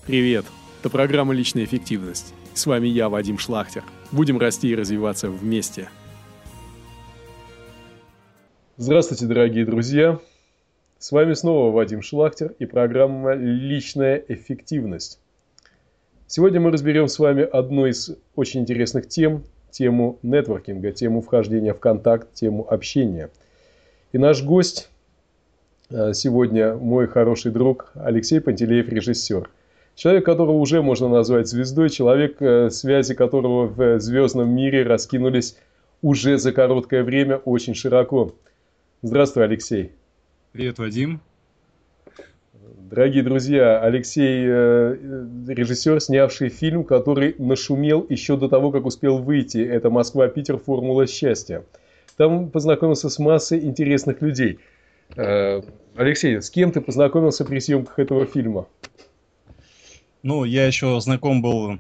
Привет! Это программа «Личная эффективность». С вами я, Вадим Шлахтер. Будем расти и развиваться вместе. Здравствуйте, дорогие друзья! С вами снова Вадим Шлахтер и программа «Личная эффективность». Сегодня мы разберем с вами одну из очень интересных тем, тему нетворкинга, тему вхождения в контакт, тему общения. И наш гость сегодня мой хороший друг Алексей Пантелеев, режиссер. Человек, которого уже можно назвать звездой, человек, связи которого в звездном мире раскинулись уже за короткое время очень широко. Здравствуй, Алексей. Привет, Вадим. Дорогие друзья, Алексей режиссер, снявший фильм, который нашумел еще до того, как успел выйти. Это «Москва-Питер. Формула счастья». Там познакомился с массой интересных людей. Алексей, с кем ты познакомился при съемках этого фильма? Ну, я еще знаком был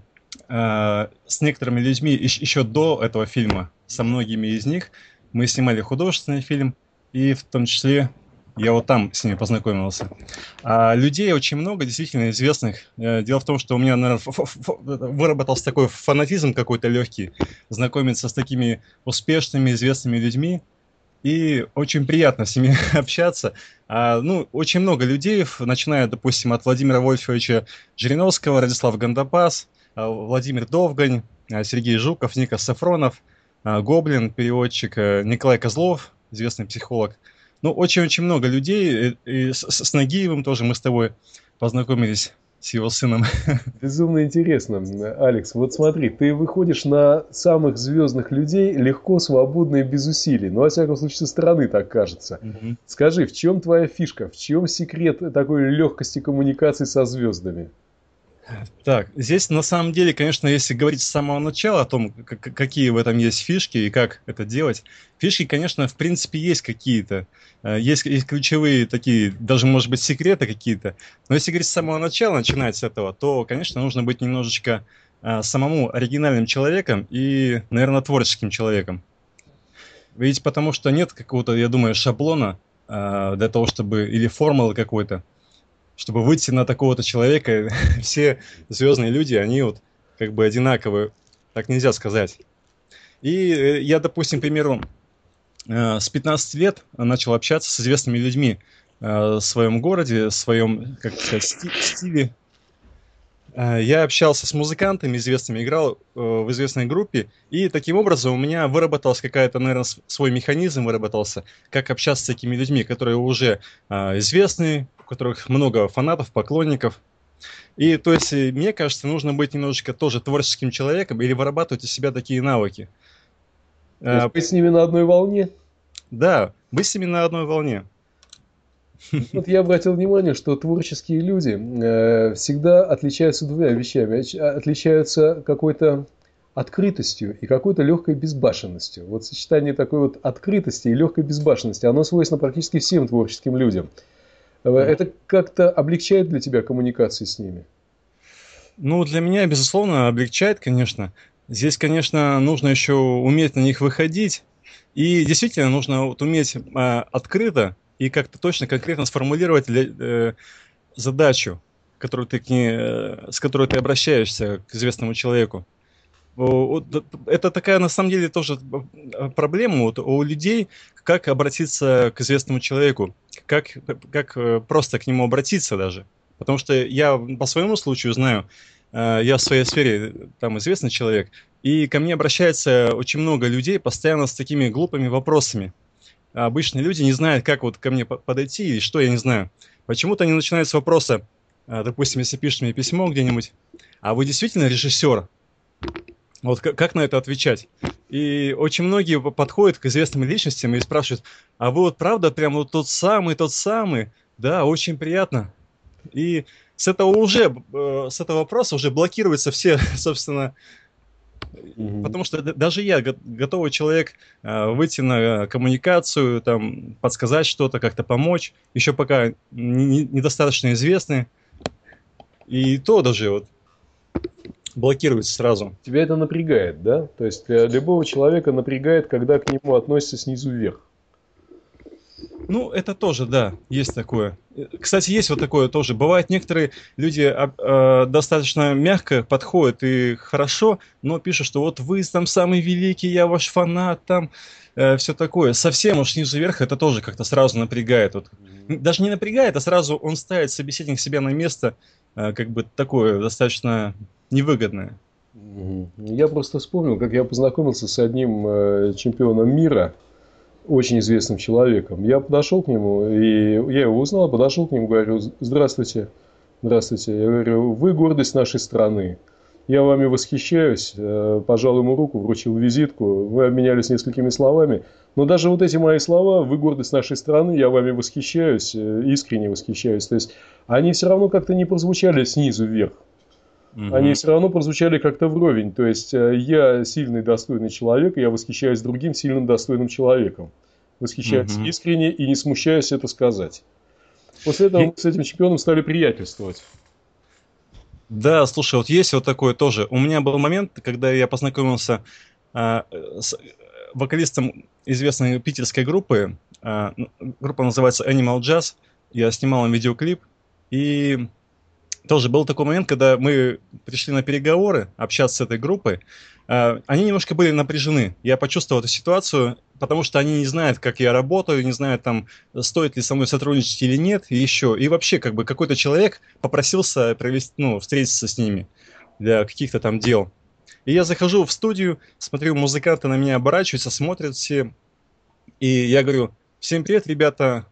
с некоторыми людьми еще до этого фильма, со многими из них. Мы снимали художественный фильм, и в том числе я вот там с ними познакомился. А людей очень много, действительно известных. Дело в том, что у меня, наверное, выработался такой фанатизм какой-то легкий, знакомиться с такими успешными, известными людьми. И очень приятно с ними общаться. Очень много людей, начиная, допустим, от Владимира Вольфовича Жириновского, Радислав Гандапас, Владимир Довгань, Сергей Жуков, Ника Сафронов, Гоблин, переводчик, Николай Козлов, известный психолог. Ну, очень-очень много людей. И с Нагиевым тоже мы с тобой познакомились, с его сыном. Безумно интересно, Алекс. Вот смотри, ты выходишь на самых звездных людей легко, свободно и без усилий. Ну, во всяком случае, со стороны так кажется. Мгм. Скажи, в чем твоя фишка? В чем секрет такой легкости коммуникации со звездами? Так, здесь на самом деле, конечно, если говорить с самого начала о том, какие в этом есть фишки и как это делать, фишки, конечно, в принципе есть какие-то. Есть ключевые такие, даже, может быть, секреты какие-то. Но если говорить с самого начала, начинать с этого, то, конечно, нужно быть немножечко самому оригинальным человеком и, наверное, творческим человеком. Ведь потому что нет какого-то, я думаю, шаблона для того, чтобы, или формулы какой-то, чтобы выйти на такого-то человека. Все звездные люди, они вот как бы одинаковые, так нельзя сказать. И я, допустим, к примеру, с 15 лет начал общаться с известными людьми в своем городе, в своем, как сказать, стиле. Я общался с музыкантами известными, играл в известной группе, и таким образом у меня выработалась какая-то, наверное, свой механизм выработался, как общаться с такими людьми, которые уже известны, у которых много фанатов, поклонников. И то есть, мне кажется, нужно быть немножечко тоже творческим человеком или вырабатывать из себя такие навыки. То есть Э, быть с ними на одной волне? Да, быть с ними на одной волне. Вот я обратил внимание, что творческие люди всегда отличаются двумя вещами. Отличаются какой-то открытостью и какой-то легкой безбашенностью. Вот сочетание такой вот открытости и легкой безбашенности, оно свойственно практически всем творческим людям. Это как-то облегчает для тебя коммуникацию с ними? Ну, для меня, безусловно, облегчает, конечно. Здесь, конечно, нужно еще уметь на них выходить. И действительно нужно вот уметь открыто и как-то точно, конкретно сформулировать задачу, с которой ты обращаешься к известному человеку. Это такая, на самом деле, тоже проблема вот у людей, как обратиться к известному человеку, как просто к нему обратиться даже. Потому что я по своему случаю знаю, я в своей сфере там известный человек, и ко мне обращается очень много людей постоянно с такими глупыми вопросами. А обычные люди не знают, как вот ко мне подойти и что я не знаю. Почему-то они начинают с вопроса, допустим, если пишут мне письмо где-нибудь, а вы действительно режиссер? Вот как на это отвечать? И очень многие подходят к известным личностям и спрашивают, а вы вот правда прям вот тот самый, тот самый? Да, очень приятно. И с этого вопроса уже блокируются все, собственно, Мгм. потому что даже я, готовый человек, выйти на коммуникацию, там, подсказать что-то, как-то помочь, еще пока недостаточно известный, и то даже вот блокируется сразу. Тебя это напрягает, да? То есть любого человека напрягает, когда к нему относятся снизу вверх. Ну, это тоже, да, есть такое. Кстати, есть вот такое тоже. Бывает, некоторые люди достаточно мягко подходят и хорошо, но пишут, что вот вы там самый великий, я ваш фанат, там все такое. Совсем уж снизу вверх это тоже как-то сразу напрягает. Вот. Мгм. Даже не напрягает, а сразу он ставит собеседник себя на место, как бы такое достаточно невыгодное. Мгм. Я просто вспомнил, как я познакомился с одним чемпионом мира, очень известным человеком. Я подошел к нему, и я его узнал, подошел к нему, говорю: здравствуйте, здравствуйте. Я говорю: вы гордость нашей страны. Я вами восхищаюсь. Пожал ему руку, вручил визитку. Мы обменялись несколькими словами. Но даже вот эти мои слова: вы гордость нашей страны, я вами восхищаюсь, искренне восхищаюсь. То есть они все равно как-то не прозвучали снизу вверх. Они Мгм. все равно прозвучали как-то вровень. То есть я сильный, достойный человек, и я восхищаюсь другим сильным, достойным человеком. Восхищаюсь Мгм. искренне и не смущаюсь это сказать. После этого Е- мы с этим чемпионом стали приятельствовать. Да, слушай, вот есть вот такое тоже. У меня был момент, когда я познакомился с вокалистом известной питерской группы. Группа называется Animal Jazz. Я снимал им видеоклип. И тоже был такой момент, когда мы пришли на переговоры, общаться с этой группой. Они немножко были напряжены. Я почувствовал эту ситуацию, потому что они не знают, как я работаю, не знают, там, стоит ли со мной сотрудничать или нет, и еще. И вообще, как бы, какой-то человек попросился провести, ну, встретиться с ними для каких-то там дел. И я захожу в студию, смотрю, музыканты на меня оборачиваются, смотрят все, и я говорю: всем привет, ребята.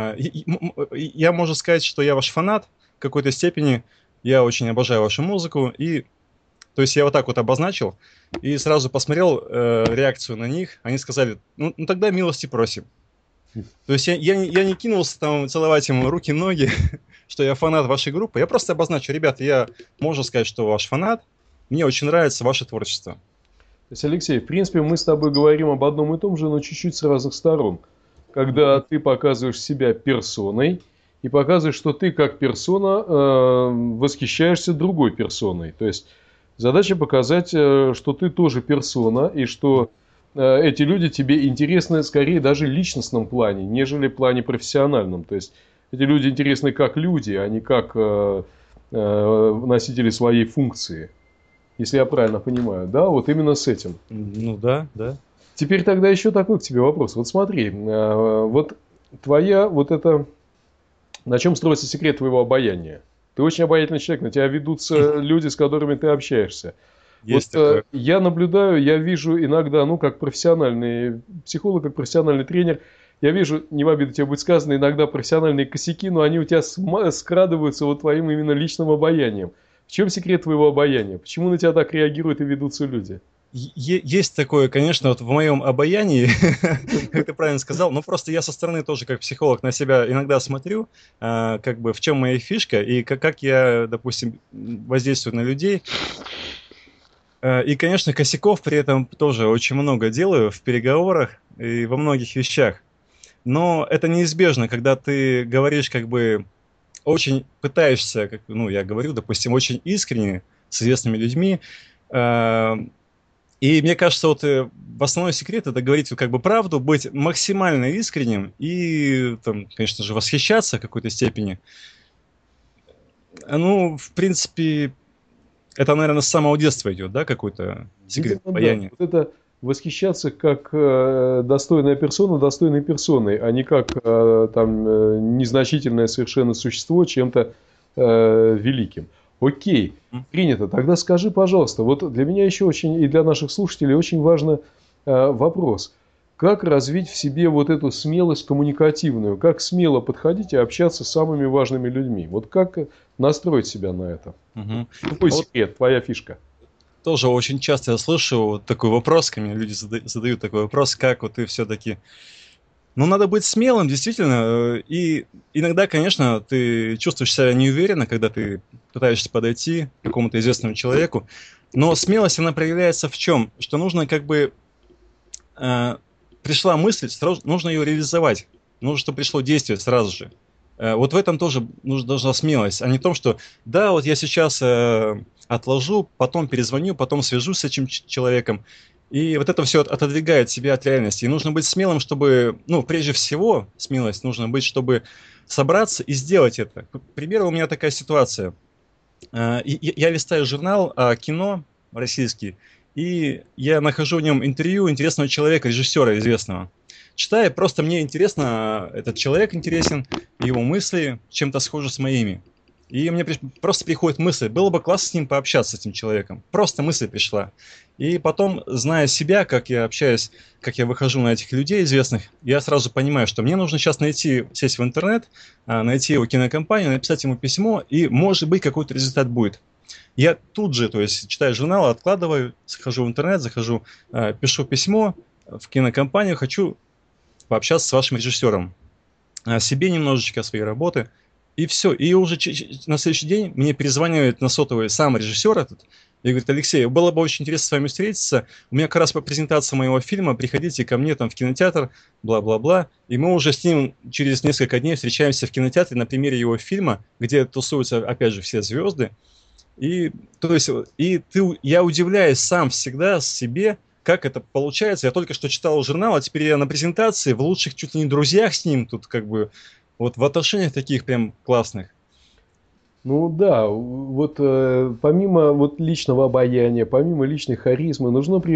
Я могу сказать, что я ваш фанат в какой-то степени. Я очень обожаю вашу музыку. И, то есть я вот так вот обозначил и сразу посмотрел реакцию на них. Они сказали: ну тогда милости просим. То есть я не кинулся там целовать ему руки, ноги, что я фанат вашей группы. Я просто обозначу: ребята, я можно сказать, что ваш фанат. Мне очень нравится ваше творчество. То есть, Алексей, в принципе, мы с тобой говорим об одном и том же, но чуть-чуть с разных сторон. Когда Мгм. ты показываешь себя персоной и показываешь, что ты как персона восхищаешься другой персоной. То есть задача показать, что ты тоже персона и что эти люди тебе интересны скорее даже в личностном плане, нежели в плане профессиональном. То есть эти люди интересны как люди, а не как носители своей функции. Если я правильно понимаю, да, вот именно с этим. Ну да, да. Теперь тогда еще такой к тебе вопрос. Вот смотри, вот твоя вот это, на чем строится секрет твоего обаяния? Ты очень обаятельный человек, на тебя ведутся люди, с которыми ты общаешься. Вот Есть такое. я наблюдаю, я вижу иногда, ну, как профессиональный психолог, как профессиональный тренер, я вижу, не в обиду тебе будет сказано, иногда профессиональные косяки, но они у тебя скрадываются вот твоим именно личным обаянием. В чем секрет твоего обаяния? Почему на тебя так реагируют и ведутся люди? Есть такое, конечно, вот в моем обаянии, как ты правильно сказал, но просто я со стороны тоже как психолог на себя иногда смотрю, как бы в чем моя фишка и как я, допустим, воздействую на людей. И, конечно, косяков при этом тоже очень много делаю в переговорах и во многих вещах. Но это неизбежно, когда ты говоришь как бы очень пытаешься, как, ну, я говорю, допустим, очень искренне с известными людьми, э, и мне кажется, вот основной секрет это говорить вот как бы правду, быть максимально искренним и, там, конечно же, восхищаться в какой-то степени. Ну, в принципе, это, наверное, с самого детства идет, да, какой-то секрет Видимо, да. обаяния. Вот это восхищаться как достойная персона достойной персоной, а не как там незначительное совершенно существо чем-то великим. Окей, М. принято. Тогда скажи, пожалуйста, вот для меня еще очень и для наших слушателей очень важный вопрос. Как развить в себе вот эту смелость коммуникативную? Как смело подходить и общаться с самыми важными людьми? Вот как настроить себя на это? Мгм. Твой А вот секрет, твоя фишка. тоже очень часто я слышу вот такой вопрос, ко мне люди задают такой вопрос, как вот ты все-таки. Ну, надо быть смелым, действительно. И иногда, конечно, ты чувствуешь себя неуверенно, когда ты пытаешься подойти к какому-то известному человеку. Но смелость, она проявляется в чем? Что нужно как бы э, пришла мысль, сразу нужно ее реализовать. Нужно, чтобы пришло действие сразу же. Вот в этом тоже должна смелость, а не в том, что да, вот я сейчас отложу, потом перезвоню, потом свяжусь с этим человеком. И вот это все отодвигает себя от реальности. И нужно быть смелым, чтобы, ну, прежде всего, смелость нужно быть, чтобы собраться и сделать это. К примеру, у меня такая ситуация. Я листаю журнал кино российский, и я нахожу в нем интервью интересного человека, режиссера известного. Читаю, просто мне интересно, этот человек интересен, его мысли чем-то схожи с моими. И мне просто приходит мысль, было бы классно с ним пообщаться, с этим человеком. Просто мысль пришла. И потом, зная себя, как я общаюсь, как я выхожу на этих людей известных, я сразу понимаю, что мне нужно сейчас сесть в интернет, найти его кинокомпанию, написать ему письмо, и, может быть, какой-то результат будет. Я тут же, то есть, читаю журнал, откладываю, захожу в интернет, пишу письмо в кинокомпанию, хочу пообщаться с вашим режиссером, о себе немножечко, о своей работе, и все. И уже на следующий день мне перезванивает на сотовый сам режиссер этот, и говорит: Алексей, было бы очень интересно с вами встретиться, у меня как раз по презентации моего фильма, приходите ко мне там в кинотеатр, бла-бла-бла, и мы уже с ним через несколько дней встречаемся в кинотеатре на примере его фильма, где тусуются, опять же, все звезды, и, то есть, я удивляюсь сам всегда себе, как это получается. Я только что читал журнал, а теперь я на презентации, в лучших чуть ли не друзьях с ним, тут как бы, вот в отношениях таких прям классных. Ну да, вот помимо вот личного обаяния, помимо личной харизмы,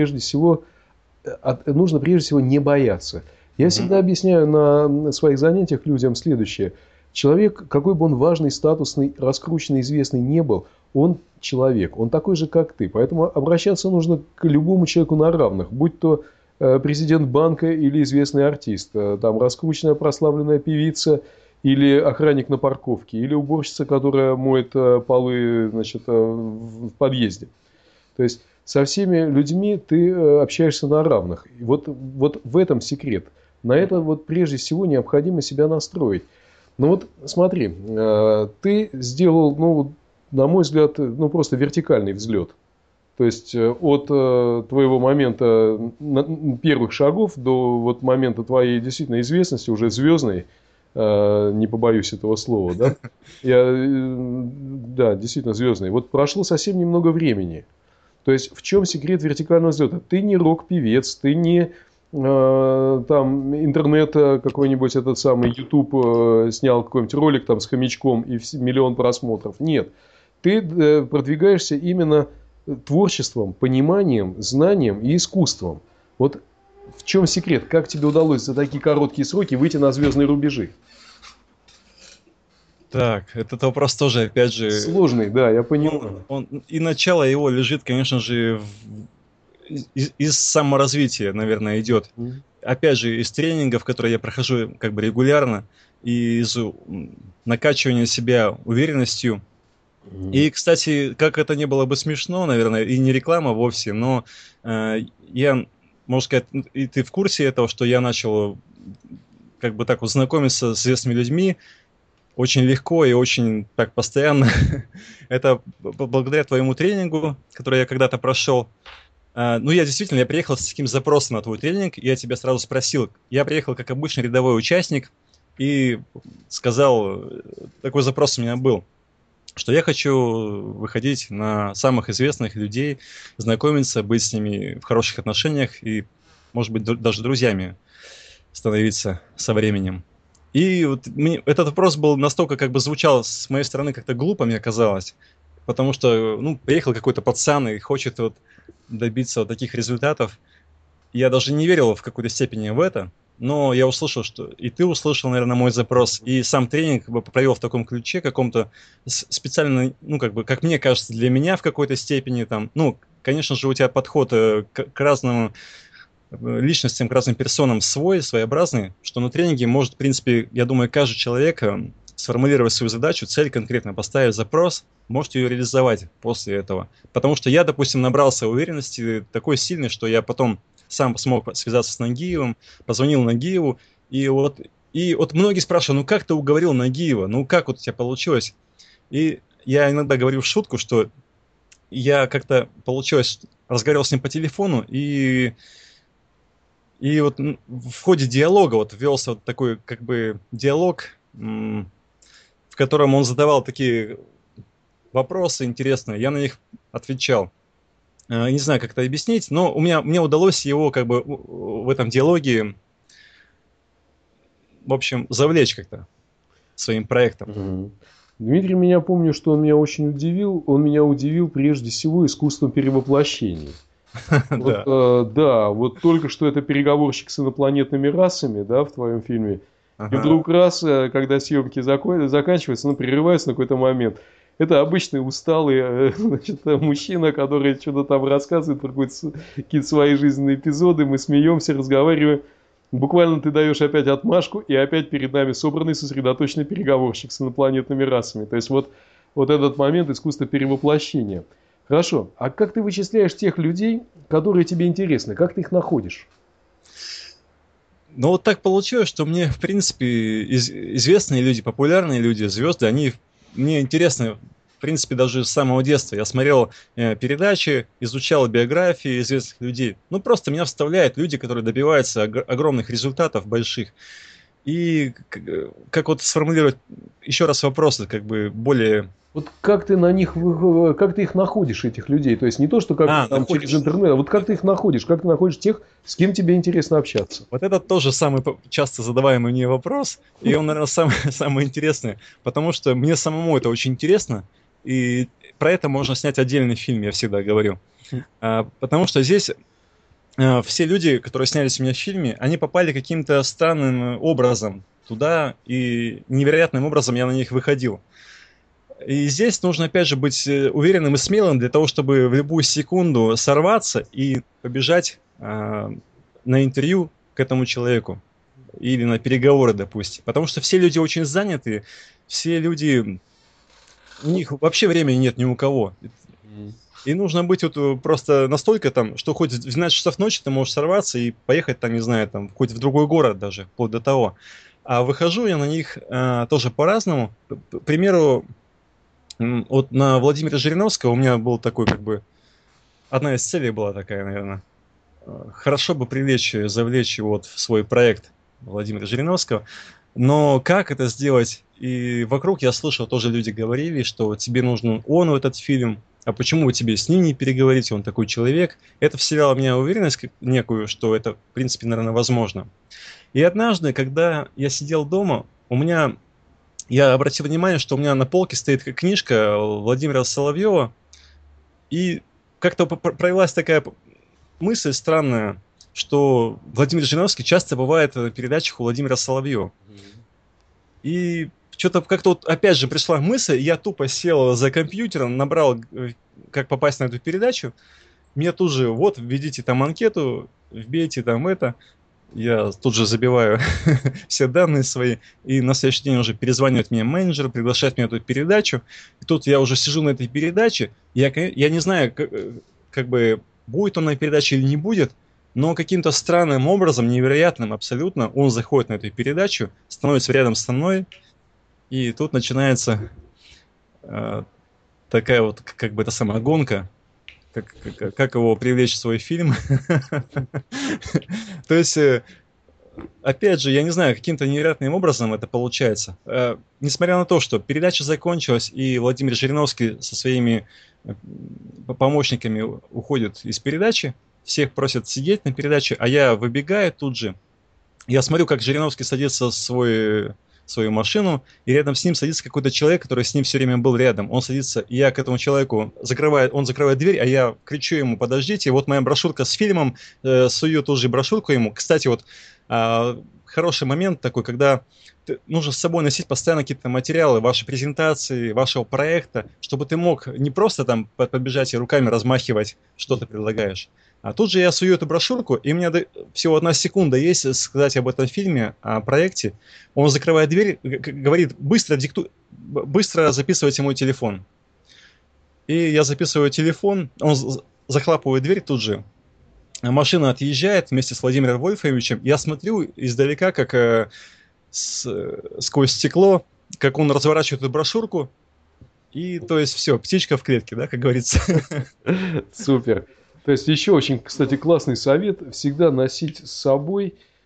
нужно прежде всего не бояться. Я Мгм. всегда объясняю на своих занятиях людям следующее. Человек, какой бы он важный, статусный, раскрученный, известный не был, он человек, он такой же, как ты. Поэтому обращаться нужно к любому человеку на равных, будь то президент банка или известный артист, там раскрученная прославленная певица или охранник на парковке, или уборщица, которая моет полы, значит, в подъезде. То есть со всеми людьми ты общаешься на равных. И вот в этом секрет. На это вот прежде всего необходимо себя настроить. Ну вот смотри, ты сделал, ну, на мой взгляд, ну просто вертикальный взлет. То есть от твоего момента первых шагов до вот момента твоей действительно известности, уже звездной, не побоюсь этого слова, да, да, действительно звездной. Вот прошло совсем немного времени. То есть в чем секрет вертикального взлета? Ты не рок-певец, ты не там интернет какой-нибудь этот самый YouTube снял какой-нибудь ролик там с хомячком и миллион просмотров. Нет. Ты продвигаешься именно творчеством, пониманием, знанием и искусством. Вот в чем секрет? Как тебе удалось за такие короткие сроки выйти на звездные рубежи? Так, этот вопрос тоже, опять же, Сложный, да, я он, понимаю. он, и начало его лежит, конечно же, из саморазвития, наверное, идет. Мгм. Опять же, из тренингов, которые я прохожу как бы регулярно, и из накачивания себя уверенностью. Мгм. И, кстати, как это не было бы смешно, наверное, и не реклама вовсе, но я, можно сказать, и ты в курсе этого, что я начал как бы так вот знакомиться с известными людьми очень легко и очень так постоянно. Это благодаря твоему тренингу, который я когда-то прошел. Ну, я приехал с таким запросом на твой тренинг, и я тебя сразу спросил. Я приехал как обычный рядовой участник и сказал, такой запрос у меня был, что я хочу выходить на самых известных людей, знакомиться, быть с ними в хороших отношениях и, может быть, даже друзьями становиться со временем. И вот этот вопрос был настолько как бы звучал с моей стороны как-то глупо, мне казалось, потому что, ну, приехал какой-то пацан и хочет вот добиться вот таких результатов. Я даже не верил в какой-то степени в это, но я услышал, что и ты услышал, наверное, мой запрос, и сам тренинг как бы провел в таком ключе каком-то специально, ну, как бы, как мне кажется, для меня в какой-то степени там, ну, конечно же, у тебя подход к разным личностям, к разным персонам свой, своеобразный, что на тренинге может, в принципе, я думаю, каждый человек сформулировать свою задачу, цель конкретно, поставить запрос, может ее реализовать после этого. Потому что я, допустим, набрался уверенности такой сильной, что я потом сам смог связаться с Нагиевым, позвонил Нагиеву, и вот многие спрашивают, ну как ты уговорил Нагиева, ну как вот у тебя получилось? И я иногда говорю в шутку, что я как-то получилось, разговаривал с ним по телефону, и вот в ходе диалога вот велся вот такой как бы диалог, в котором он задавал такие вопросы интересные, я на них отвечал. Не знаю, как это объяснить, но мне удалось его как бы в этом диалоге, в общем, завлечь как-то своим проектом. Мгм. Дмитрий меня помню, что он меня очень удивил. Он меня удивил прежде всего искусством перевоплощения. Вот, Да. да, вот только что это переговорщик с инопланетными расами, да, в твоем фильме. И Ага. вдруг раз, когда съемки заканчиваются, ну, прерываются на какой-то момент, это обычный усталый значит, мужчина, который что-то там рассказывает про какие-то свои жизненные эпизоды, мы смеемся, разговариваем. Буквально ты даешь опять отмашку, и опять перед нами собранный, сосредоточенный переговорщик с инопланетными расами. То есть вот этот момент искусства перевоплощения. Хорошо. А как ты вычисляешь тех людей, которые тебе интересны? Как ты их находишь? Но вот так получилось, что мне, в принципе, известные люди, популярные люди, звезды, они мне интересны, в принципе, даже с самого детства. Я смотрел передачи, изучал биографии известных людей. Ну, просто меня вставляют люди, которые добиваются огромных результатов, больших. И как вот сформулировать еще раз вопросы, как бы более... Вот как ты на них, как ты их находишь, этих людей? То есть не то, что как там через Находишь. интернет, а вот как ты их находишь? Как ты находишь тех, с кем тебе интересно общаться? Вот это тоже самый часто задаваемый мне вопрос, и он, наверное, самый, самый интересный, потому что мне самому это очень интересно, и про это можно снять отдельный фильм, я всегда говорю. Потому что здесь все люди, которые снялись у меня в фильме, они попали каким-то странным образом туда, и невероятным образом я на них выходил. И здесь нужно, опять же, быть уверенным и смелым для того, чтобы в любую секунду сорваться и побежать на интервью к этому человеку или на переговоры, допустим. Потому что все люди очень заняты, все люди, у них вообще времени нет ни у кого. И нужно быть вот просто настолько там, что хоть в 12 часов ночи ты можешь сорваться и поехать там, не знаю, там, хоть в другой город даже, вплоть до того. А выхожу я на них тоже по-разному. К примеру, вот на Владимира Жириновского у меня был такой, как бы, одна из целей была такая, наверное. Хорошо бы завлечь его вот в свой проект Владимира Жириновского. Но как это сделать? И вокруг я слышал, тоже люди говорили, что тебе нужен он в этот фильм, а почему бы тебе с ним не переговорить, он такой человек. Это вселяло в меня уверенность некую, что это, в принципе, наверное, возможно. И однажды, когда я сидел дома, я обратил внимание, что у меня на полке стоит книжка Владимира Соловьева, и как-то проявилась такая мысль странная, что Владимир Жириновский часто бывает в передачах у Владимира Соловьева. И что-то как-то вот опять же пришла мысль, я тупо сел за компьютером, набрал, как попасть на эту передачу. Мне тут же, вот, введите там анкету, вбейте там это. Я тут же забиваю все данные свои, и на следующий день уже перезванивает мне менеджер, приглашает меня на эту передачу. И тут я уже сижу на этой передаче, я не знаю, как бы будет он на передаче или не будет, но каким-то странным образом, невероятным абсолютно, он заходит на эту передачу, становится рядом со мной, и тут начинается э, такая вот, как бы, эта самая гонка, как его привлечь в свой фильм. То есть, опять же, я не знаю, каким-то невероятным образом это получается. Несмотря на то, что передача закончилась, и Владимир Жириновский со своими помощниками уходит из передачи, всех просят сидеть на передаче, а я выбегаю тут же. Я смотрю, как Жириновский садится в свою машину, и рядом с ним садится какой-то человек, который с ним все время был рядом. Он садится, и я к этому человеку он закрывает дверь, а я кричу ему: подождите, вот моя брошюрка с фильмом, сую тоже брошюрку ему. Кстати, вот хороший момент такой, когда нужно с собой носить постоянно какие-то материалы, ваши презентации, вашего проекта, чтобы ты мог не просто там побежать и руками размахивать, что ты предлагаешь. А тут же я сую эту брошюрку, и у меня всего 1 секунда есть сказать об этом фильме, о проекте. Он закрывает дверь, говорит: быстро записывайте мой телефон. И я записываю телефон, он захлапывает дверь тут же. Машина отъезжает вместе с Владимиром Вольфовичем. Я смотрю издалека, как сквозь стекло, как он разворачивает эту брошюрку. И то есть все, птичка в клетке, да, как говорится. Супер. То есть еще очень, кстати, классный совет: всегда носить с собой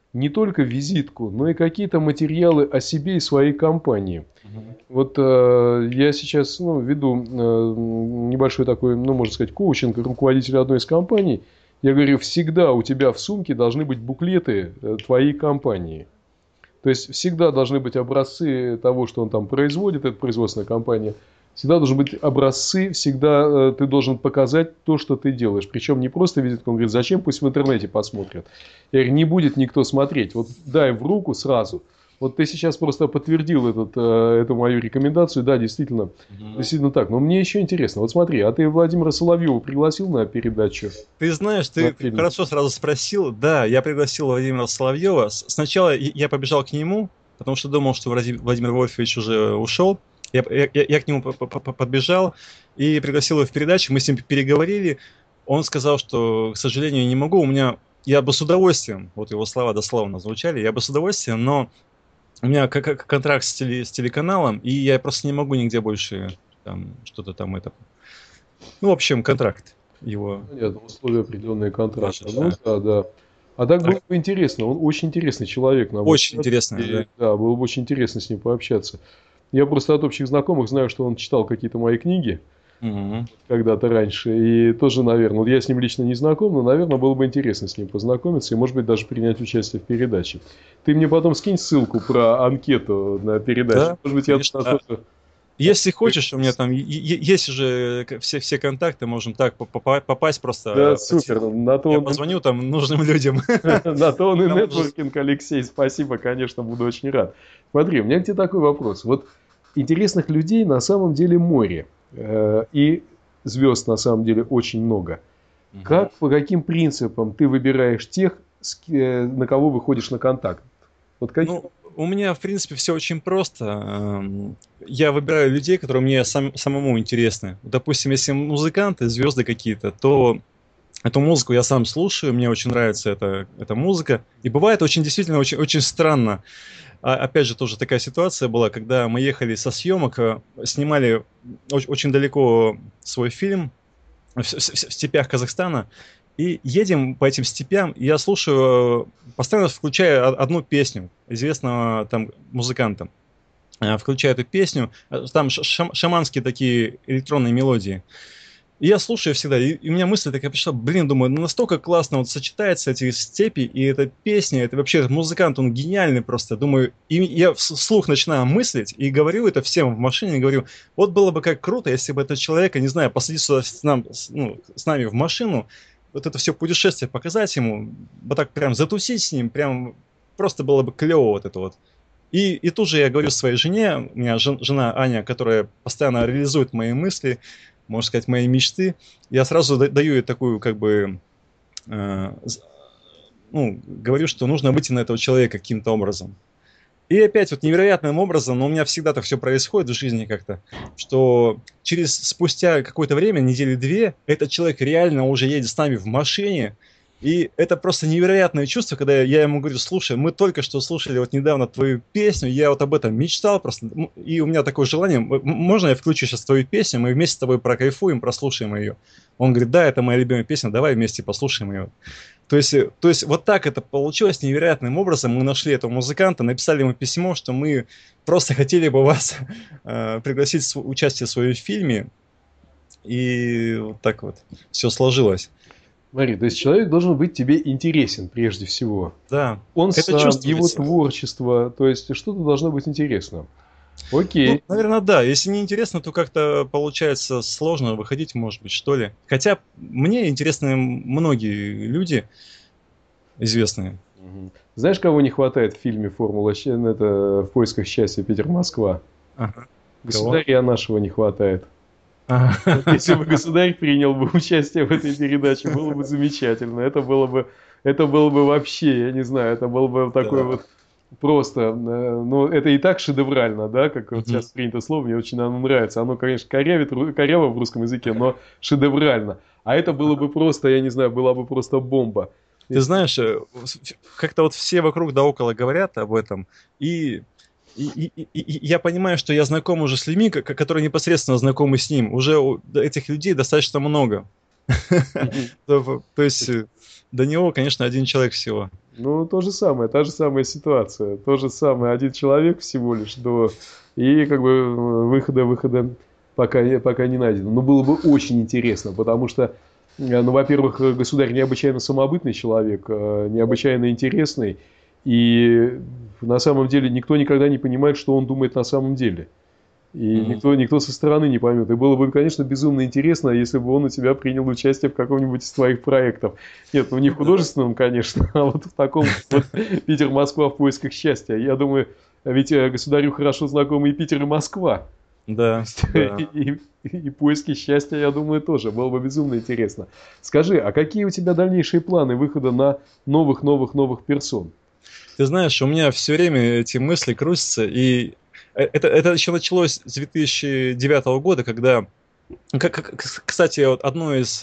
не только визитку, но и какие-то материалы о себе и своей компании. Вот я сейчас веду небольшой такой, можно сказать, коучинг руководителя одной из компаний. Я говорю, всегда у тебя в сумке должны быть буклеты твоей компании. То есть всегда должны быть образцы того, что он там производит, это производственная компания. Всегда должны быть образцы, всегда ты должен показать то, что ты делаешь. Причем не просто визитку, он говорит, зачем, пусть в интернете посмотрят. Я говорю, не будет никто смотреть, вот дай в руку сразу. Вот ты сейчас просто подтвердил эту мою рекомендацию, да, действительно так. Но мне еще интересно, вот смотри, а ты Владимира Соловьева пригласил на передачу? Ты знаешь, ты хорошо сразу спросил. Да, я пригласил Владимира Соловьева. Сначала я побежал к нему, потому что думал, что Владимир Вольфович уже ушел. Я к нему подбежал и пригласил его в передачу. Мы с ним переговорили. Он сказал, что, к сожалению, не могу. Я бы с удовольствием, вот его слова дословно звучали, я бы с удовольствием, но у меня контракт с телеканалом, и я просто не могу нигде больше там что-то там это. Ну, в общем, контракт его. Нет, условия определенные контракта. Да. А так было бы интересно. Он очень интересный человек. Очень интересный, да. Было бы очень интересно с ним пообщаться. Я просто от общих знакомых знаю, что он читал какие-то мои книги когда-то раньше. И тоже, наверное, я с ним лично не знаком, но, наверное, было бы интересно с ним познакомиться и, может быть, даже принять участие в передаче. Ты мне потом скинь ссылку про анкету на передачу. Да, может быть, я тоже... Если хочешь, у меня там есть уже все контакты, можем так попасть просто. Да, супер. Я позвоню там нужным людям. На то он и нетворкинг, Алексей. Спасибо, конечно, буду очень рад. Смотри, у меня к тебе такой вопрос. Вот интересных людей на самом деле море. И звезд на самом деле очень много. По каким принципам ты выбираешь тех, на кого выходишь на контакт? Вот у меня, в принципе, все очень просто. Я выбираю людей, которые мне самому интересны. Допустим, если музыканты, звезды какие-то, то эту музыку я сам слушаю, мне очень нравится эта музыка. И бывает действительно очень странно. Опять же, тоже такая ситуация была, когда мы ехали со съемок, снимали очень далеко свой фильм в степях Казахстана. И едем по этим степям, и я слушаю, постоянно включая одну песню известного там музыканта. Включаю эту песню, там шаманские такие электронные мелодии. И я слушаю всегда, и у меня мысль такая пришла, думаю, настолько классно вот сочетаются эти степи, и эта песня, это вообще этот музыкант, он гениальный просто. Думаю, и я вслух начинаю мыслить, и говорю это всем в машине, говорю, вот было бы как круто, если бы этот человек, я не знаю, посадить сюда с нами в машину, вот это все путешествие показать ему, вот так прям затусить с ним, прям просто было бы клево вот это вот. И тут же я говорю своей жене, у меня жена Аня, которая постоянно реализует мои мысли, можно сказать, мои мечты, я сразу даю ей такую, говорю, что нужно выйти на этого человека каким-то образом. И опять вот невероятным образом, но у меня всегда так все происходит в жизни как-то, что спустя какое-то время, недели-две, этот человек реально уже едет с нами в машине, и это просто невероятное чувство, когда я ему говорю, слушай, мы только что слушали вот недавно твою песню, я вот об этом мечтал просто, и у меня такое желание, можно я включу сейчас твою песню, мы вместе с тобой прокайфуем, прослушаем ее. Он говорит, да, это моя любимая песня, давай вместе послушаем ее. То есть вот так это получилось невероятным образом. Мы нашли этого музыканта, написали ему письмо, что мы просто хотели бы вас пригласить в участие в своем фильме. И вот так вот все сложилось. Смотри, то есть человек должен быть тебе интересен прежде всего. Да. Он сам, его творчество, то есть что-то должно быть интересно. Окей. Наверное, да. Если не интересно, то как-то получается сложно выходить, может быть, что ли. Хотя мне интересны многие люди известные. Знаешь, кого не хватает в фильме «Формула счастья», это «В поисках счастья. Питер-Москва»? Ага. Государя нашего не хватает. Если бы государь принял бы участие в этой передаче, было бы замечательно. Это было бы вообще, я не знаю, это было бы такой вот просто, ну, это и так шедеврально, да, как вот сейчас принято слово, мне очень оно нравится. Оно, конечно, коряво в русском языке, но шедеврально. А это было бы просто, я не знаю, была бы просто бомба. Ты знаешь, как-то вот все вокруг да около говорят об этом, и я понимаю, что я знаком уже с людьми, которые непосредственно знакомы с ним. Уже этих людей достаточно много. То есть до него, конечно, один человек всего. Ну, то же самое, та же самая ситуация. То же самое, один человек всего лишь, и как бы выхода пока не найдено. Но было бы очень интересно, потому что, ну, во-первых, государь необычайно самобытный человек, необычайно интересный, и на самом деле никто никогда не понимает, что он думает на самом деле. И Мгм. никто со стороны не поймет. И было бы, конечно, безумно интересно, если бы он у тебя принял участие в каком-нибудь из твоих проектов. Нет, ну не в художественном, конечно, а вот в таком вот Питер-Москва в поисках счастья. Я думаю, ведь государю хорошо знакомы и Питер, и Москва. То Да, есть да. и поиски счастья, я думаю, тоже. Было бы безумно интересно. Скажи, а какие у тебя дальнейшие планы выхода на новых персон? Ты знаешь, у меня все время эти мысли крутятся, и это еще началось с 2009 года, когда, кстати, вот одно из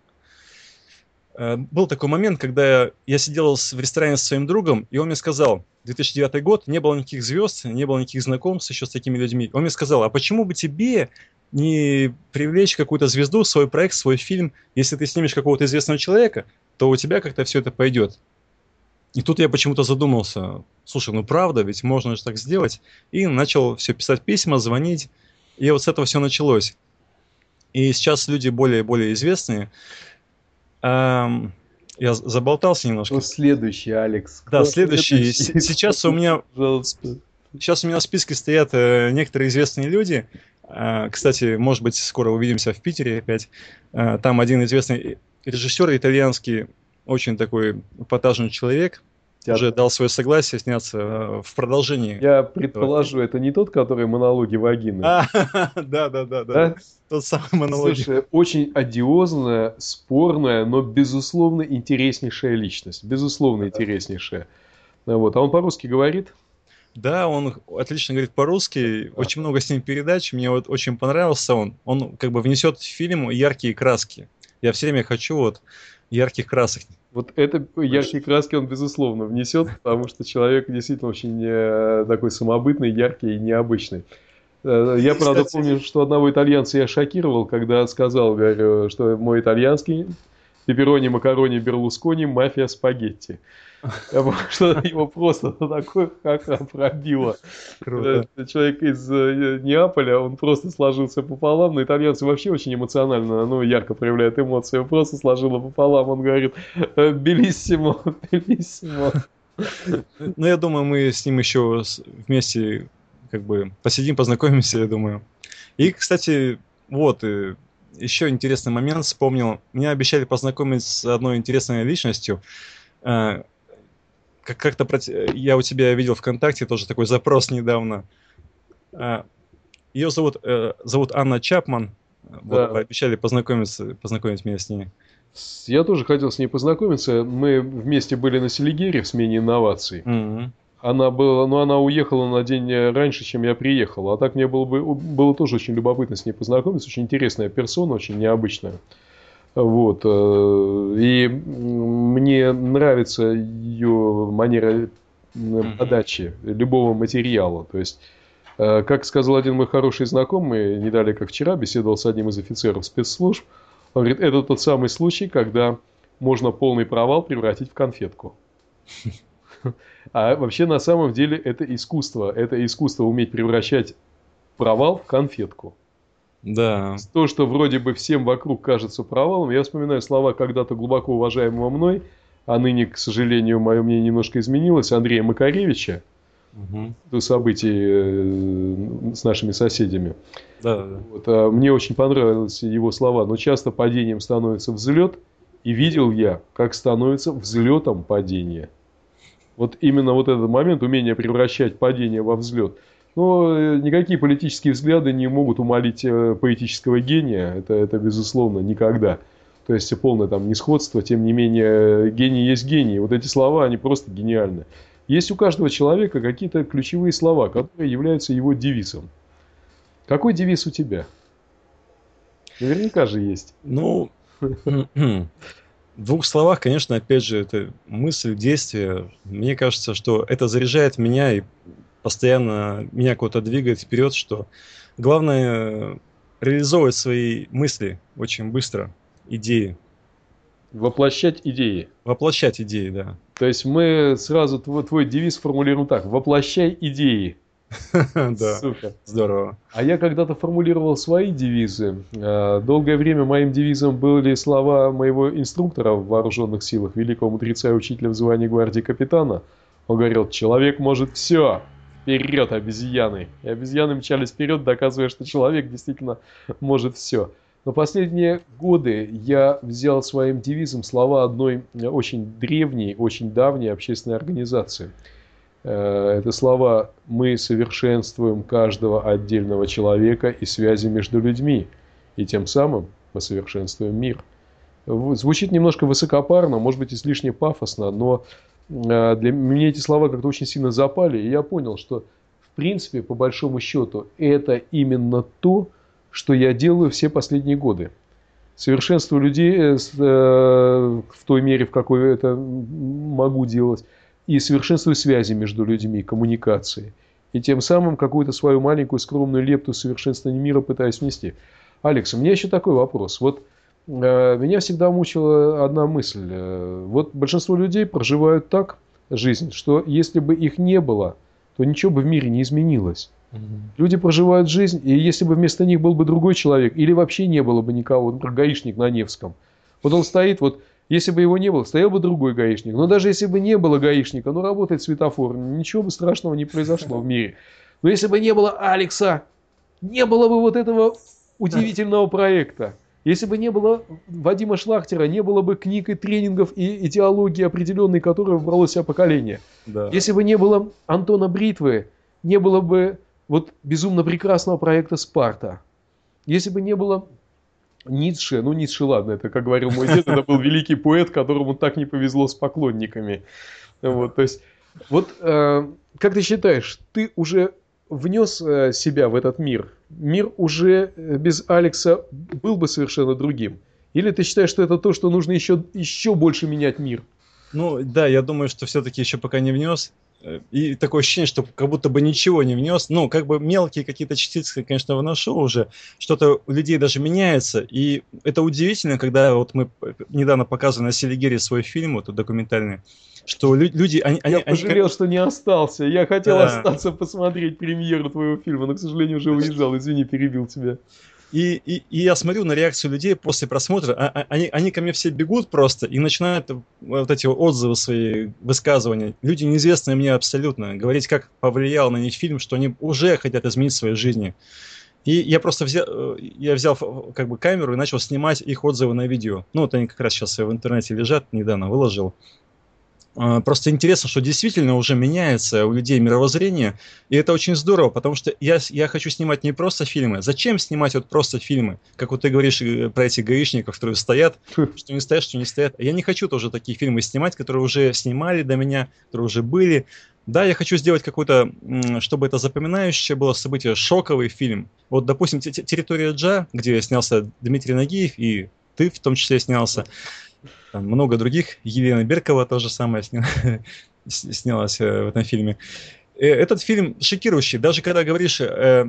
был такой момент, когда я сидел в ресторане со своим другом, и он мне сказал, 2009 год, не было никаких звезд, не было никаких знакомств еще с такими людьми. Он мне сказал, а почему бы тебе не привлечь какую-то звезду в свой проект, в свой фильм? Если ты снимешь какого-то известного человека, то у тебя как-то все это пойдет. И тут я почему-то задумался, слушай, ну правда, ведь можно же так сделать. И начал все писать письма, звонить. И вот с этого все началось. И сейчас люди более и более известные. Ам, Я заболтался Кто немножко. следующий, Алекс? Да, Кто следующий. следующий? Сейчас у меня Пожалуйста. сейчас у меня в списке стоят некоторые известные люди. Кстати, может быть, скоро увидимся в Питере опять. Там один известный режиссер итальянский, очень такой эпатажный человек, уже дал свое согласие сняться в продолжении Я этого предположу, фильма. это не тот, который монологи вагины, А, да, да, да, да, да. да? Тот самый монологи. Слушай, очень одиозная, спорная, но безусловно интереснейшая личность. Безусловно интереснейшая. Вот. А он по-русски говорит? Да, он отлично говорит по-русски, А, очень много с ним передач, мне вот очень понравился он. Он как бы внесет в фильм яркие краски. Я все время хочу вот ярких красок вот это больше. яркие краски он, безусловно, внесет, потому что человек действительно очень такой самобытный, яркий и необычный. Я, И, правда, кстати, помню, что одного итальянца я шокировал, когда сказал, говорю, что мой итальянский пепперони, макарони, берлускони, мафия, спагетти. Что его просто на такой хахра пробило. круто. Человек из Неаполя, он просто сложился пополам. Но итальянцы вообще очень эмоционально, ну, ярко проявляют эмоции. Он просто сложило пополам. Он говорит, белиссимо, белиссимо. Ну, я думаю, мы с ним еще вместе как бы посидим, познакомимся, я думаю. И, кстати, вот, еще интересный момент вспомнил. Меня обещали познакомить с одной интересной личностью. Э, я у тебя видел ВКонтакте тоже такой запрос недавно. Ее зовут Анна Чапман. Вот Да. пообещали познакомить меня с ней. Я тоже хотел с ней познакомиться. Мы вместе были на Селигере в смене инноваций. Мгм. Она была, но она уехала на день раньше, чем я приехал. А так мне было тоже очень любопытно с ней познакомиться. Очень интересная персона, очень необычная. Вот. И мне нравится ее манера Мгм. подачи любого материала. То есть, как сказал один мой хороший знакомый, не далее как вчера, беседовал с одним из офицеров спецслужб, он говорит, это тот самый случай, когда можно полный провал превратить в конфетку. А вообще на самом деле это искусство. Это искусство уметь превращать провал в конфетку. Да. То, что вроде бы всем вокруг кажется провалом, я вспоминаю слова когда-то глубоко уважаемого мной, а ныне, к сожалению, мое мнение немножко изменилось, Андрея Макаревича, Мгм. до событий с нашими соседями. Да, да, да. Вот, мне очень понравились его слова, но часто падением становится взлет, и видел я, как становится взлетом падение. Вот именно вот этот момент, умение превращать падение во взлет. Но никакие политические взгляды не могут умолить поэтического гения, это безусловно никогда. То есть полное там несходство, тем не менее гений есть гений. Вот эти слова, они просто гениальны. Есть у каждого человека какие-то ключевые слова, которые являются его девизом. Какой девиз у тебя? Наверняка же есть. Ну, в двух словах, конечно, опять же, это мысль, действие. Мне кажется, что это заряжает меня и постоянно меня куда-то двигает вперед, что главное реализовывать свои мысли очень быстро, идеи. Воплощать идеи. Воплощать идеи, да. То есть мы сразу твой девиз формулируем так. Воплощай идеи. Да, Супер. здорово. А я когда-то формулировал свои девизы. Долгое время моим девизом были слова моего инструктора в вооруженных силах, великого мудреца и учителя в звании гвардии капитана. Он говорил: человек может все. Вперед, обезьяны. И обезьяны мчались вперед, доказывая, что человек действительно может все. Но последние годы я взял своим девизом слова одной очень древней, очень давней общественной организации. Это слова: мы совершенствуем каждого отдельного человека и связи между людьми, и тем самым мы совершенствуем мир. Звучит немножко высокопарно, может быть, излишне пафосно, но для меня эти слова как-то очень сильно запали, и я понял, что в принципе, по большому счету, это именно то, что я делаю все последние годы. Совершенствую людей в той мере, в какой это могу делать, и совершенствую связи между людьми, коммуникации. И тем самым какую-то свою маленькую скромную лепту совершенствования мира пытаюсь внести. Алекс, у меня еще такой вопрос. Вот меня всегда мучила одна мысль. Вот большинство людей проживают так жизнь, что если бы их не было, то ничего бы в мире не изменилось. Люди проживают жизнь, и если бы вместо них был бы другой человек, или вообще не было бы никого, например, гаишник на Невском. Вот он стоит, вот если бы его не было, стоял бы другой гаишник. Но даже если бы не было гаишника, ну работает светофор, ничего бы страшного не произошло в мире. Но если бы не было Алекса, не было бы вот этого удивительного проекта. Если бы не было Вадима Шлахтера, не было бы книг и тренингов и идеологии определенной, которая выбрало в себя поколение. Да. Если бы не было Антона Бритвы, не было бы вот безумно прекрасного проекта «Спарта». Если бы не было Ницше, ну Ницше, ладно, это, как говорил мой дед, это был великий поэт, которому так не повезло с поклонниками. Вот, то есть, вот как ты считаешь, ты уже внес себя в этот мир? Мир уже без Алекса был бы совершенно другим? Или ты считаешь, что это то, что нужно еще больше менять мир? Ну, да, я думаю, что все-таки еще пока не внес. И такое ощущение, что как будто бы ничего не внес. Ну, как бы мелкие какие-то частицы, конечно, вношу уже. Что-то у людей даже меняется. И это удивительно, когда вот мы недавно показывали на Селигере свой фильм, вот документальный, что люди... Я пожалел, что не остался. Я хотел остаться посмотреть премьеру твоего фильма, но, к сожалению, уже уезжал. Извини, перебил тебя. И я смотрю на реакцию людей после просмотра, они ко мне все бегут просто и начинают вот эти отзывы свои, высказывания. Люди, неизвестные мне абсолютно, говорить, как повлиял на них фильм, что они уже хотят изменить свои жизни. И я просто взял как бы камеру и начал снимать их отзывы на видео. Ну, вот они как раз сейчас в интернете лежат, недавно выложил. Просто интересно, что действительно уже меняется у людей мировоззрение, и это очень здорово, потому что я хочу снимать не просто фильмы. Зачем снимать вот просто фильмы? Как вот ты говоришь про этих гаишников, которые стоят, что не стоят, что не стоят. Я не хочу тоже такие фильмы снимать, которые уже снимали до меня, которые уже были. Да, я хочу сделать какой-то, чтобы это запоминающее было событие, шоковый фильм. Вот, допустим, «Территория Джа», где снялся Дмитрий Нагиев, и ты в том числе снялся. Там много других. Елена Беркова тоже самое снялась в этом фильме. Этот фильм шокирующий. Даже когда говоришь,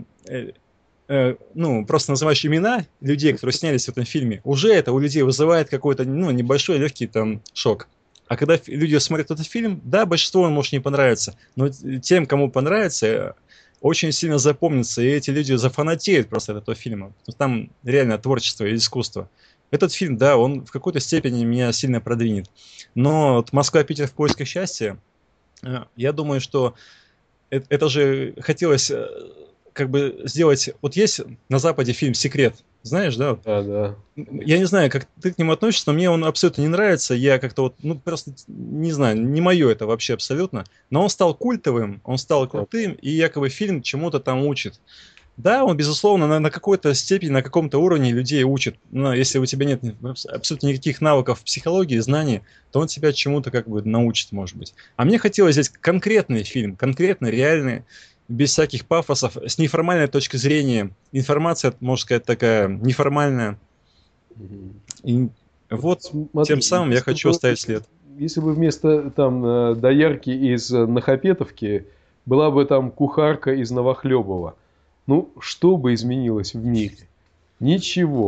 ну, просто называешь имена людей, которые снялись в этом фильме, уже это у людей вызывает какой-то, ну, небольшой легкий там шок. А когда люди смотрят этот фильм, да, большинство может не понравиться, но тем, кому понравится, очень сильно запомнится, и эти люди зафанатеют просто от этого фильма. Там реально творчество и искусство. Этот фильм, да, он в какой-то степени меня сильно продвинет. Но вот «Москва-Питер в поисках счастья», я думаю, что это же хотелось как бы сделать... Вот есть на Западе фильм «Секрет», знаешь, да? Да, да. Я не знаю, как ты к нему относишься, но мне он абсолютно не нравится. Я как-то вот, ну, просто, не знаю, не мое это вообще абсолютно. Но он стал культовым, он стал крутым, и якобы фильм чему-то там учит. Да, он, безусловно, на какой-то степени, на каком-то уровне людей учит. Но если у тебя нет абсолютно никаких навыков психологии, знаний, то он тебя чему-то как бы научит, может быть. А мне хотелось здесь конкретный фильм, конкретный, реальный, без всяких пафосов, с неформальной точки зрения. Информация, можно сказать, такая неформальная. И вот смотри, тем самым я хочу оставить след. Если бы вместо там доярки из Нахапетовки была бы там кухарка из Новохлебова, ну, что бы изменилось в мире? Ничего.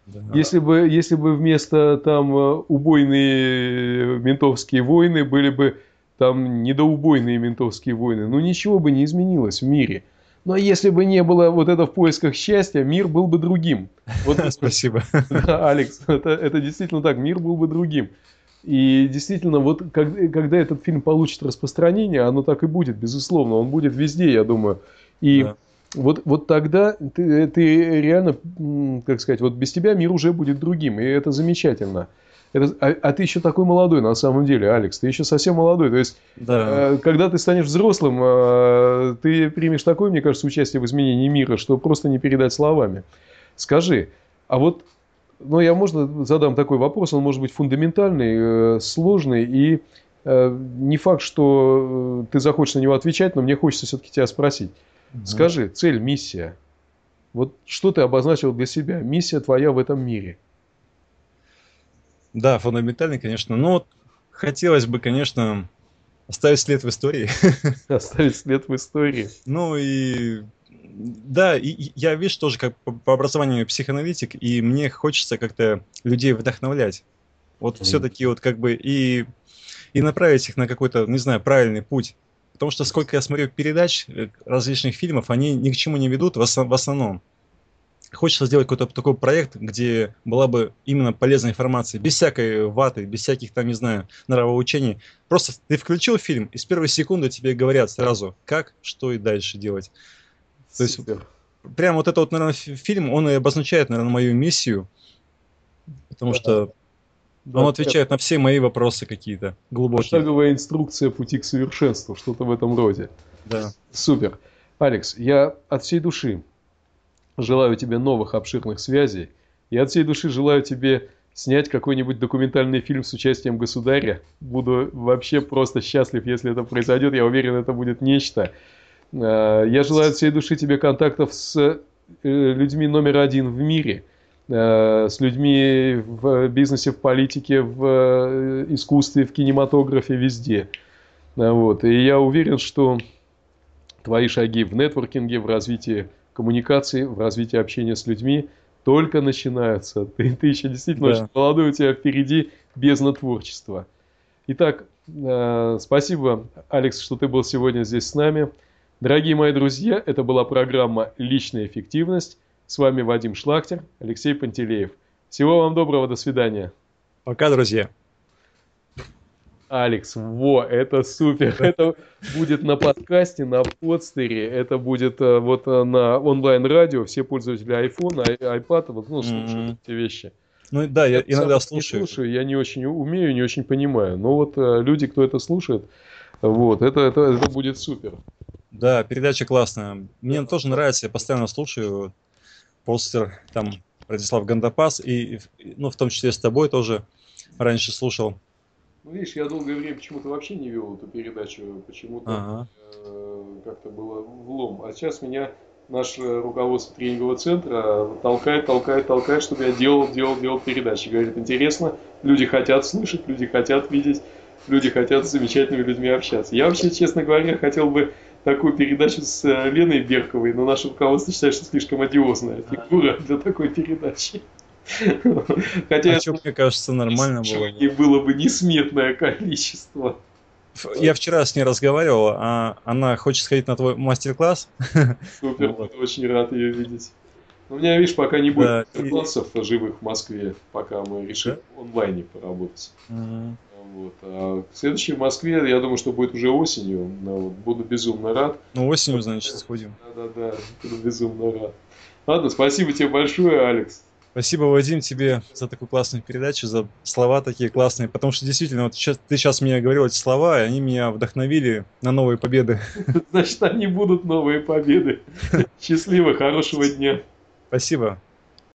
Да. Если бы вместо там убойные ментовские войны были бы там недоубойные ментовские войны, ну ничего бы не изменилось в мире. Но если бы не было вот это в поисках счастья, мир был бы другим. Вот, Спасибо. да, Алекс, это действительно так, мир был бы другим. И действительно, вот когда этот фильм получит распространение, оно так и будет, безусловно, он будет везде, я думаю. И Да. вот тогда ты реально, как сказать, вот без тебя мир уже будет другим, и это замечательно. А ты еще такой молодой на самом деле, Алекс, ты еще совсем молодой. То есть, Да. когда ты станешь взрослым, ты примешь такое, мне кажется, участие в изменении мира, что просто не передать словами. Скажи, а вот, ну, я, можно, задам такой вопрос, он может быть фундаментальный, сложный, и не факт, что ты захочешь на него отвечать, но мне хочется все-таки тебя спросить. Мгм. Скажи, цель, миссия. Вот что ты обозначил для себя? Миссия твоя в этом мире. Да, фундаментальный, конечно. Но вот хотелось бы, конечно, оставить след в истории. Оставить след в истории. Ну и да, и я, видишь, тоже как по образованию психоаналитик, и мне хочется как-то людей вдохновлять. Вот Мгм. все-таки вот как бы и направить их на какой-то, не знаю, правильный путь. Потому что сколько я смотрю передач, различных фильмов, они ни к чему не ведут в основном. Хочется сделать какой-то такой проект, где была бы именно полезная информация, без всякой ваты, без всяких там, не знаю, нравоучений. Просто ты включил фильм, и с первой секунды тебе говорят сразу, как, что и дальше делать. То есть Супер. прям вот этот вот, наверное, фильм, он и обозначает, наверное, мою миссию, потому Да, что он да, отвечает на все мои вопросы какие-то глубокие. пошаговая инструкция пути к совершенству, что-то в этом роде. Да. Супер. Алекс, я от всей души желаю тебе новых обширных связей. Я от всей души желаю тебе снять какой-нибудь документальный фильм с участием государя. Буду вообще просто счастлив, если это произойдет. Я уверен, это будет нечто. Я желаю от всей души тебе контактов с людьми номер один в мире. С людьми в бизнесе, в политике, в искусстве, в кинематографе, везде. Вот. И я уверен, что твои шаги в нетворкинге, в развитии коммуникации, в развитии общения с людьми только начинаются. Ты еще действительно очень Да. молодой, у тебя впереди бездна творчества. Итак, спасибо, Алекс, что ты был сегодня здесь с нами. Дорогие мои друзья, это была программа «Личная эффективность». С вами Вадим Шлахтер, Алексей Пантелеев. Всего вам доброго, до свидания. Пока, друзья. Алекс, во, это супер. Это будет на подкасте, на подстере, это будет вот на онлайн-радио. Все пользователи iPhone, iPad, вот, ну, слушают М. эти вещи. Ну да, Я я сам иногда не слушаю. слушаю, я не очень умею, не очень понимаю. Но вот люди, кто это слушает, вот, это будет супер. Да, передача классная. Да. Мне тоже нравится, я постоянно слушаю. Постер, там, Радислав Гандапас, ну, в том числе с тобой тоже раньше слушал. Ну, видишь, я долгое время почему-то вообще не вел эту передачу, почему-то Ага. как-то было влом. А сейчас меня наше руководство тренингового центра толкает, чтобы я делал передачи. Говорит, интересно, люди хотят слышать, люди хотят видеть, люди хотят с замечательными людьми общаться. Я вообще, честно говоря, хотел бы такую передачу с Леной Берковой, но наше руководство считает, что слишком одиозная фигура для такой передачи. Хотя А я что, думаю, мне кажется, нормально было бы. и было бы несметное количество. Я вчера с ней разговаривал, а она хочет сходить на твой мастер-класс. Супер, Вот. буду очень рад ее видеть. У меня, видишь, пока не будет Да, мастер-классов живых в Москве, пока мы решим да? в онлайне поработать. Мгм. Вот. А следующий в Москве, я думаю, что будет уже осенью. Но вот буду безумно рад. Ну, осенью, значит, сходим. Да-да-да, буду безумно рад. Ладно, спасибо тебе большое, Алекс. Спасибо, Вадим, тебе за такую классную передачу, за слова такие классные. Потому что действительно, вот ты сейчас мне говорил эти слова, и они меня вдохновили на новые победы. Значит, они будут новые победы. Счастливо, хорошего дня. Спасибо.